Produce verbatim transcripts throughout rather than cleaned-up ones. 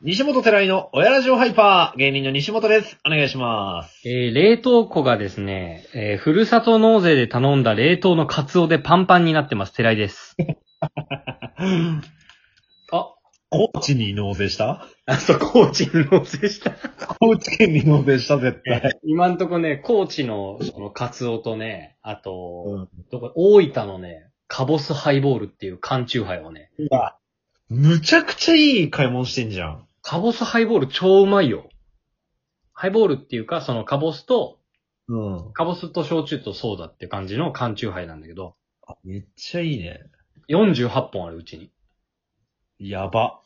西本寺井の親ラジオハイパー、芸人の西本です。お願いします。 えー、冷凍庫がですね、えー、ふるさと納税で頼んだ冷凍のカツオでパンパンになってます。寺井です。 あ、高知に納税した？ あ、そう、高知に納税した。 高知県に納税した、絶対。 今んとこね、高知のそのカツオとね、あと、 うん、 どこ大分のね、カボスハイボールっていう缶チューハイをね。 うわ、むちゃくちゃいい買い物してんじゃん。 カボスハイボール超うまいよ。ハイボールっていうか、そのカボスと、 うん。 カボスと焼酎とソーダって感じの缶チューハイなんだけど、 あ、めっちゃいいね。 よんじゅうはっぽんあるうちに。 やば。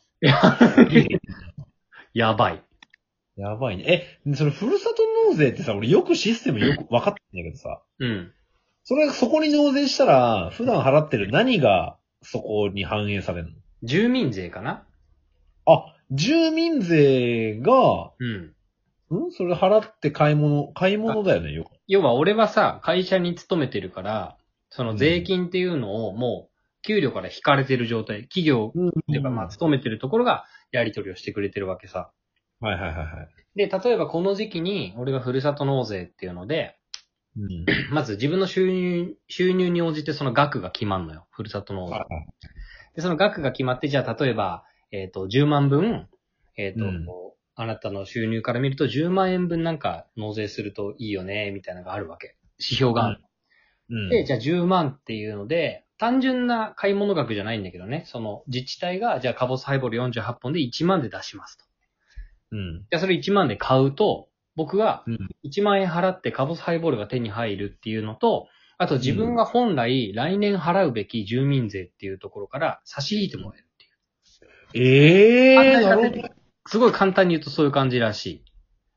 やばい。 やばいね。え、それふるさと納税ってさ、俺よくシステムよく分かってんだけどさ。 うん。 それ、そこに納税したら、普段払ってる何がそこに反映されるの？ 住民税かな？ あ、住民税が、 うん。 んそれ払って買い物、買い物だよね、よ。 要は俺はさ、会社に勤めてるから、その税金っていうのをもう、給料から引かれてる状態、企業うん。 っていうかまあ勤めてるところがやり取りをしてくれてるわけさ。 はいはいはいはい。 で、例えばこの時期に俺がふるさと納税っていうので、 うん。 まず自分の収入、収入に応じてその額が決まんのよ。ふるさと納税。 はいはい。 で、その額が決まって、じゃあ例えば、えっと、じゅうまんぶん、えっと、 うんあなたの収入から見るとじゅうまんえんぶんなんか納税するといいよね、みたいなのがあるわけ。指標がある。 うん。 で、じゃあじゅうまんっていうので、単純な買い物額じゃないんだけどね、その自治体が、じゃあカボスハイボールよんじゅうはっぽんでいちまんで出しますと。 うん。 じゃあそれいちまんで買うと、僕がうん。 いちまんえん払ってカボスハイボールが手に入るっていうのと、あと自分が本来来年払うべき住民税っていうところから差し引いてもらえるっていう。 ええー、なるほど。 すごい簡単に言うとそういう感じらしい。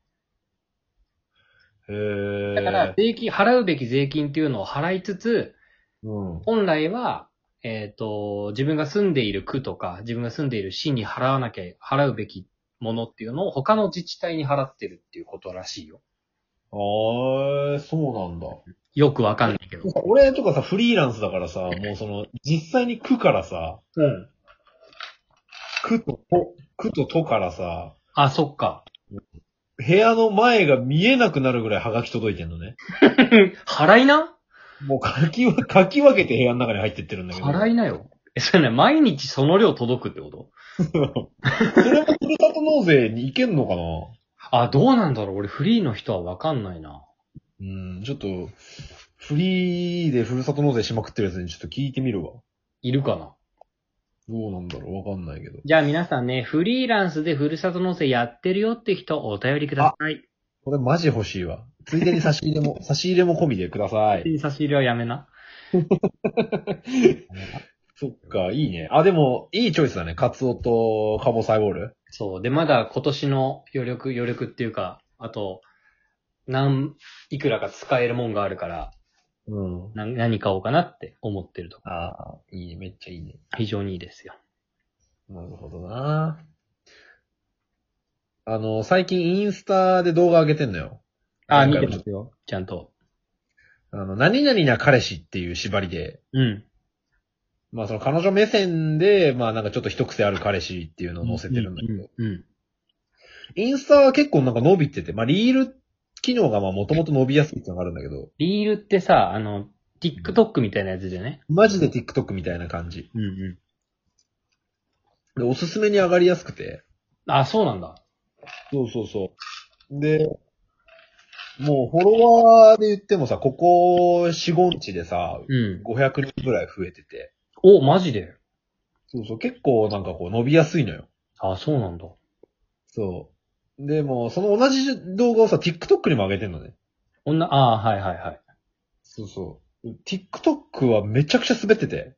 へえ。 だから、税金、払うべき税金っていうのを払いつつ、 うん。 本来は、えっと、自分が住んでいる区とか、自分が住んでいる市に払わなきゃ、払うべきものっていうのを他の自治体に払ってるっていうことらしいよ。 ああ、そうなんだ。 よくわかんないけど。 俺とかさ、フリーランスだからさ、もうその、実際に区からさ、 うん。 区と都、区と都からさ、 あ、そっか。 部屋の前が見えなくなるぐらいハガキ届いてんのね。 払いな？ もう書きわ、書き分けて部屋の中に入ってってるんだけど。 払いなよ。え、それね、毎日その量届くってこと？ それもふるさと納税に行けんのかな？ あ、どうなんだろう。俺フリーの人はわかんないな。 うん、ちょっと、フリーでふるさと納税しまくってるやつにちょっと聞いてみるわ。 いるかな？ どうなんだろうわかんないけど。 じゃあ皆さんね、フリーランスでふるさと納税やってるよって人お便りください。 これマジ欲しいわ。ついでに差し入れも、差し入れも込みでください。 差し入れはやめな。 そっか、いいね。あ、でも、いいチョイスだね。カツオとカボサイボール。 そう。で、まだ今年の余力、余力っていうか、あと、何、いくらか使えるもんがあるから、 うん。 な何買おうかなって思ってるとこ。 ああ、いいね。めっちゃいいね。 非常にいいですよ。 なるほどな。あの、最近インスタで動画上げてんのよ。 あ、見前回もてますよ。ちゃんと。 あの、何々な彼氏っていう縛りで、 うん。 まあその彼女目線で、まあなんかちょっと一癖ある彼氏っていうのを載せてるんだけど、 うん。うん。 インスタは結構なんか伸びてて、まあリール機能がまあもともと伸びやすいっていうのがあるんだけど、 リールってさ、あの、TikTok みたいなやつでね。 マジで TikTok みたいな感じ。 うんうで、おすすめに上がりやすくて、 ん。あ、そうなんだ。 そうそうそう。で、もうフォロワーで言ってもさ、ここよん、ご日でさ、 うん。 ごひゃくにんぐらい増えてて、 お、マジで？ そうそう、結構なんかこう伸びやすいのよ。 あ、そうなんだ。 そう。でも、その同じ動画をさ、TikTok にも上げてんのね。 おんな、あはいはいはい。 そうそう。TikTok はめちゃくちゃ滑ってて。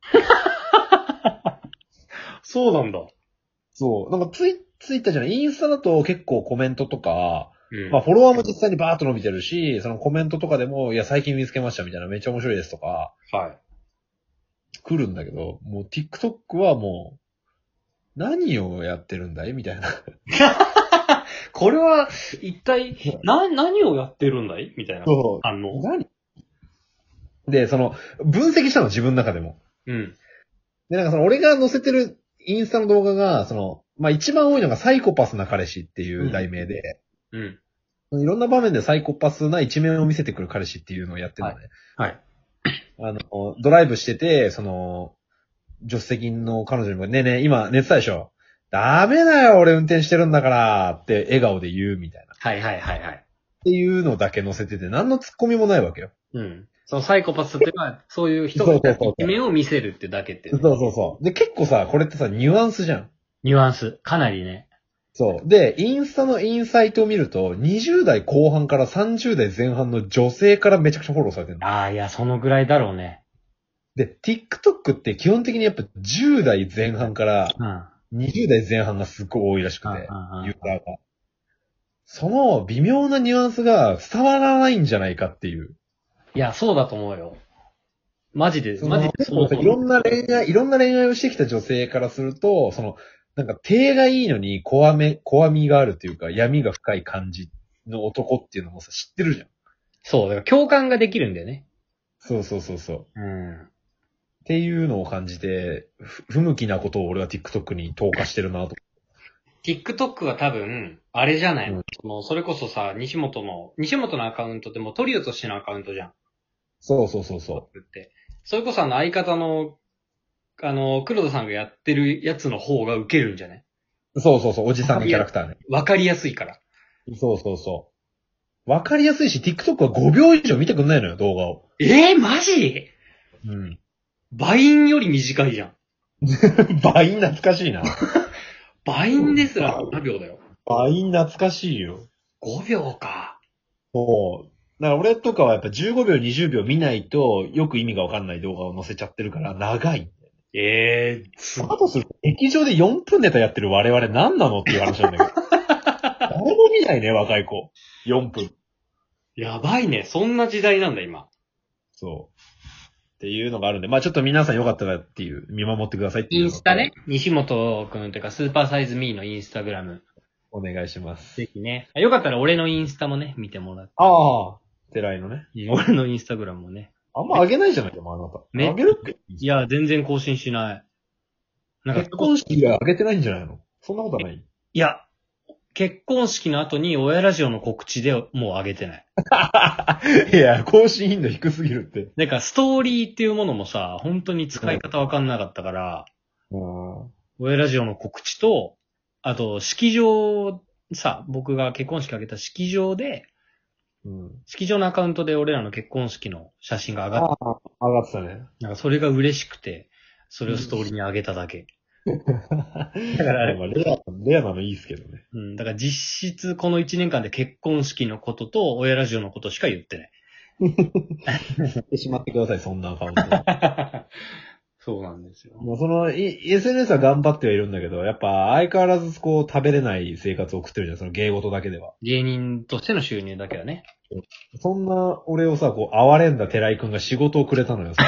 そうなんだ。 そう。なんかツイ、ツイッターじゃない、インスタだと結構コメントとか、 うん。 まあフォロワーも実際にバーッと伸びてるし、そのコメントとかでも、いや最近見つけましたみたいなめっちゃ面白いですとか、 はい。 来るんだけど、もう TikTok はもう、何をやってるんだいみたいな。 これは、一体、な、何をやってるんだいみたいなそう。 反応。 何で、その、分析したの自分の中でも。 うん。 で、なんかその俺が載せてるインスタの動画が、その、 まあ一番多いのがサイコパスな彼氏っていう題名で、 うん。 いろんな場面でサイコパスな一面を見せてくる彼氏っていうのをやってるのね。 はい。 あの、ドライブしてて、その、助手席の彼女にも、ねえねえ、今寝てたでしょ、ダメだよ、俺運転してるんだからって笑顔で言うみたいな。っはいはいはいはい。 ていうのだけ載せてて、何の突っ込みもないわけよ。 うん。そのサイコパスっていうのは、そういう人がそうそうそう一面を見せるってだけっていうね。 そうそうそう。で、結構さ、これってさ、ニュアンスじゃん。 ニュアンス。かなりね。 そう。で、インスタのインサイトを見ると、にじゅう代後半からさんじゅう代前半の女性からめちゃくちゃフォローされてるの。 ああ、いや、そのぐらいだろうね。 で、TikTok って基本的にやっぱじゅう代前半からうん。 にじゅう代前半がすっごい多いらしくて、 うんうんうんユーザーが。その微妙なニュアンスが伝わらないんじゃないかっていう。 いや、そうだと思うよ。マジで、 そのマジで結構さ、 そう思う。 いろんな恋愛、いろんな恋愛をしてきた女性からすると、その、なんか、手がいいのに、怖め、怖みがあるっていうか、闇が深い感じの男っていうのもさ、知ってるじゃん。 そう、だから共感ができるんだよね。 そうそうそうそう。 うん。 っていうのを感じて、ふ不向きなことを俺は TikTok に投下してるなと。 TikTok は多分、あれじゃないの、 うんその、それこそさ、西本の、西本のアカウントってもうトリオとしてのアカウントじゃん。 そうそうそうそって。それこそあの相方の、あの、黒田さんがやってるやつの方が受けるんじゃない？ う。そうそうそう、おじさんのキャラクターね。 わかりやすいから。 そうそうそう。わかりやすいし、TikTok はごびょう以上見てくんないのよ、動画を。 えー、マジ？ うん。 バインより短いじゃん。 倍懐かしいな。 バインですらごびょうだよ。 倍懐かしいよ。 ごびょうか。 そう。だから俺とかはやっぱじゅうごびょう、にじゅうびょう見ないとよく意味がわかんない動画を載せちゃってるから長い。 ええー、すあとすると、劇場でよんぷんネタやってる我々何なのっていう話なんだけど。誰も見ないね、若い子。よんぷん。 やばいね。そんな時代なんだ、今。 そう。っていうのがあるんで、まあちょっと皆さんよかったらっていう、見守ってくださいっていう。 インスタね。。西本くんというか、スーパーサイズミーのインスタグラム。 お願いします。 ぜひね。よかったら俺のインスタもね、見てもらって。 ああ。寺井のね。 俺のインスタグラムもね。 あんま上げないじゃないか、もうあなた。 ね上げるっけいや、全然更新しない。なんか結婚式が上げてないんじゃないの？そんなことはない？ いや、結婚式の後に親ラジオの告知でもう上げてない。 いや、更新頻度低すぎるって。 なんかストーリーっていうものもさ、本当に使い方わかんなかったから、 うん。 親ラジオの告知と、あと式場、さ、僕が結婚式あげた式場で、 うん。 式場のアカウントで俺らの結婚式の写真が上がっああ、上がってたね。 なんかそれが嬉しくて、それをストーリーに上げただけ。 だから、まあレア、レアなのいいですけどね。 うん。だから実質このいちねんかんで結婚式のことと親ラジオのことしか言ってない。 してしまってください、そんなアカウント。 そうなんですよ。 もうその、い エスエヌエス は頑張ってはいるんだけど、やっぱ相変わらずこう食べれない生活を送ってるじゃん、その芸事だけでは。 芸人としての収入だけはね。 そんな俺をさ、こう、哀れんだ寺井くんが仕事をくれたのよ、さ。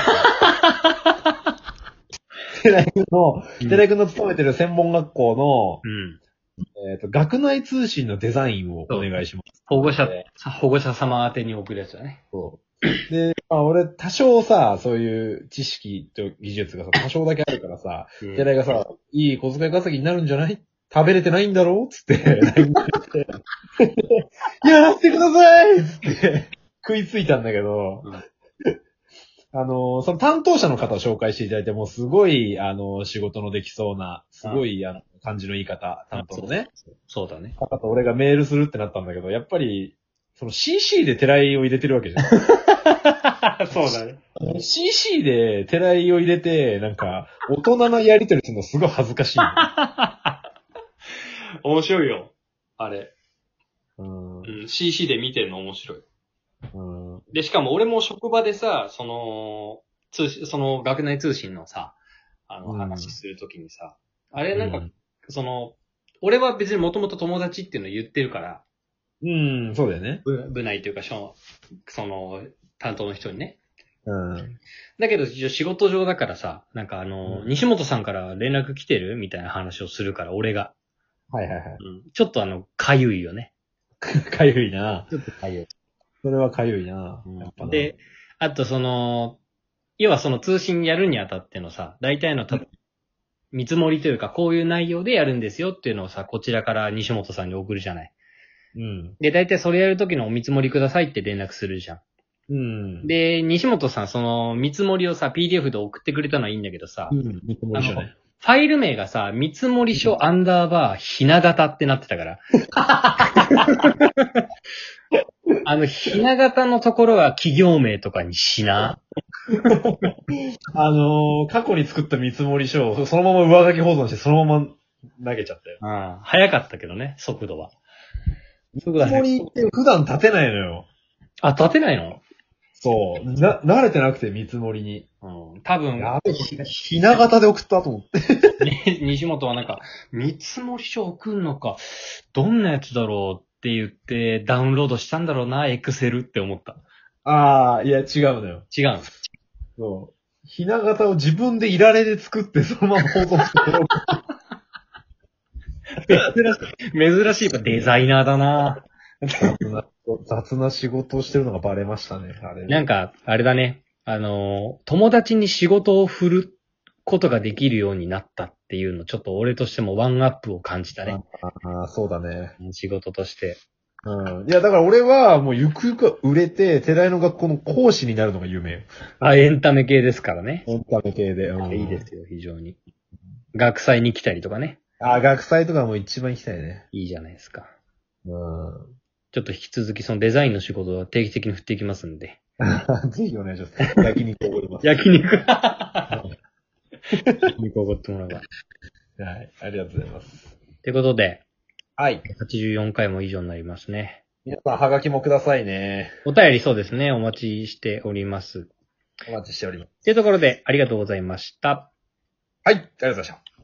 寺井くんの、寺井くんの勤めてる専門学校うん。 の、えっと、学内通信のデザインをお願いします。 保護者、保護者様宛てに送るやつだね。 そう。で、まあ俺多少さ、そういう知識と技術がさ、多少だけあるからさ、 うん寺井がさ、いい小遣い稼ぎになるんじゃない食べれてないんだろうつって、ラインくれてやらせてくださいつって食いついたんだけど、 うんあの、その担当者の方を紹介していただいて、もうすごい、あの、仕事のできそうな、すごい、あの、感じのいい方、担当のね。 そうだね。 方と俺がメールするってなったんだけど、やっぱり、その シーシー で寺井を入れてるわけじゃん。 そうだね。 シーシー で寺井を入れて、なんか、大人のやりとりするのすごい恥ずかしいの。 面白いよ。あれ。 うん。 うん、シーシー で見てるの面白い。 うん。 で、しかも俺も職場でさ、その、通信、その学内通信のさ、あのうん話するときにさ、あれなんか、 うんその、俺は別にもともと友達っていうのを言ってるから、 うん、そうだよね。 部部内というか、しょその、担当の人にね。 うん。 だけど、一応仕事上だからさ、なんかあの、 うん西本さんから連絡来てるみたいな話をするから、俺が。 はいはいはい。 うん、ちょっとあの、かゆいよね。 かゆいな。 ちょっとかゆい。 それはかゆいな。やっぱな。 で、あとその、要はその通信やるにあたってのさ、大体のた、 見積もりというか、こういう内容でやるんですよっていうのをさ、こちらから西本さんに送るじゃない。 うん。 で、大体それやるときのお見積もりくださいって連絡するじゃん。 うん。、 で、西本さん、その見積もりをさ、ピーディーエフ で送ってくれたのはいいんだけどさ、 うん、見積もり書ね。 ファイル名がさ、見積もり書アンダーバーひな型ってなってたから。あの、ひな型のところは企業名とかにしな。 あのー、過去に作った見積もり書をそのまま上書き保存してそのまま投げちゃったよ。 うん。早かったけどね、速度は。 見積もりって普段立てないのよ。 あ、立てないの？ そう。な、慣れてなくて見積もりに。 うん。多分、 やべえ、ひひな型で送ったと思って。 ね、西本はなんか、見積もり書送んのか、どんなやつだろうって言ってダウンロードしたんだろうな、エクセルって思った。 ああ、いや違うのよ。 違うの。 そう。ひな型を自分でいられで作ってそのまま保存してる。 珍しい、珍しい、やっぱデザイナーだな。 雑な、雑な仕事をしてるのがバレましたね、あれ。 なんか、あれだね。あの、友達に仕事を振ることができるようになったっていうの、ちょっと俺としてもワンアップを感じたね。 ああ、そうだね。 仕事として。 うん。いや、だから俺はもうゆくゆく売れて、寺井の学校の講師になるのが夢よ。 あ、エンタメ系ですからね。 エンタメ系で。うん、 いいですよ、非常に。学祭に来たりとかね。 あ、学祭とかも一番行きたいね。 いいじゃないですか。 うん。 ちょっと引き続きそのデザインの仕事は定期的に振っていきますんで。 ぜひお願いします。焼肉おごります。 焼肉焼肉おごってもらうわ。 はい。ありがとうございます。 ということで、 はい。 はちじゅうよんかいも以上になりますね。 皆さん、はがきもくださいね。 お便りそうですね。お待ちしております。 お待ちしております。 というところで、ありがとうございました。 はい。ありがとうございました。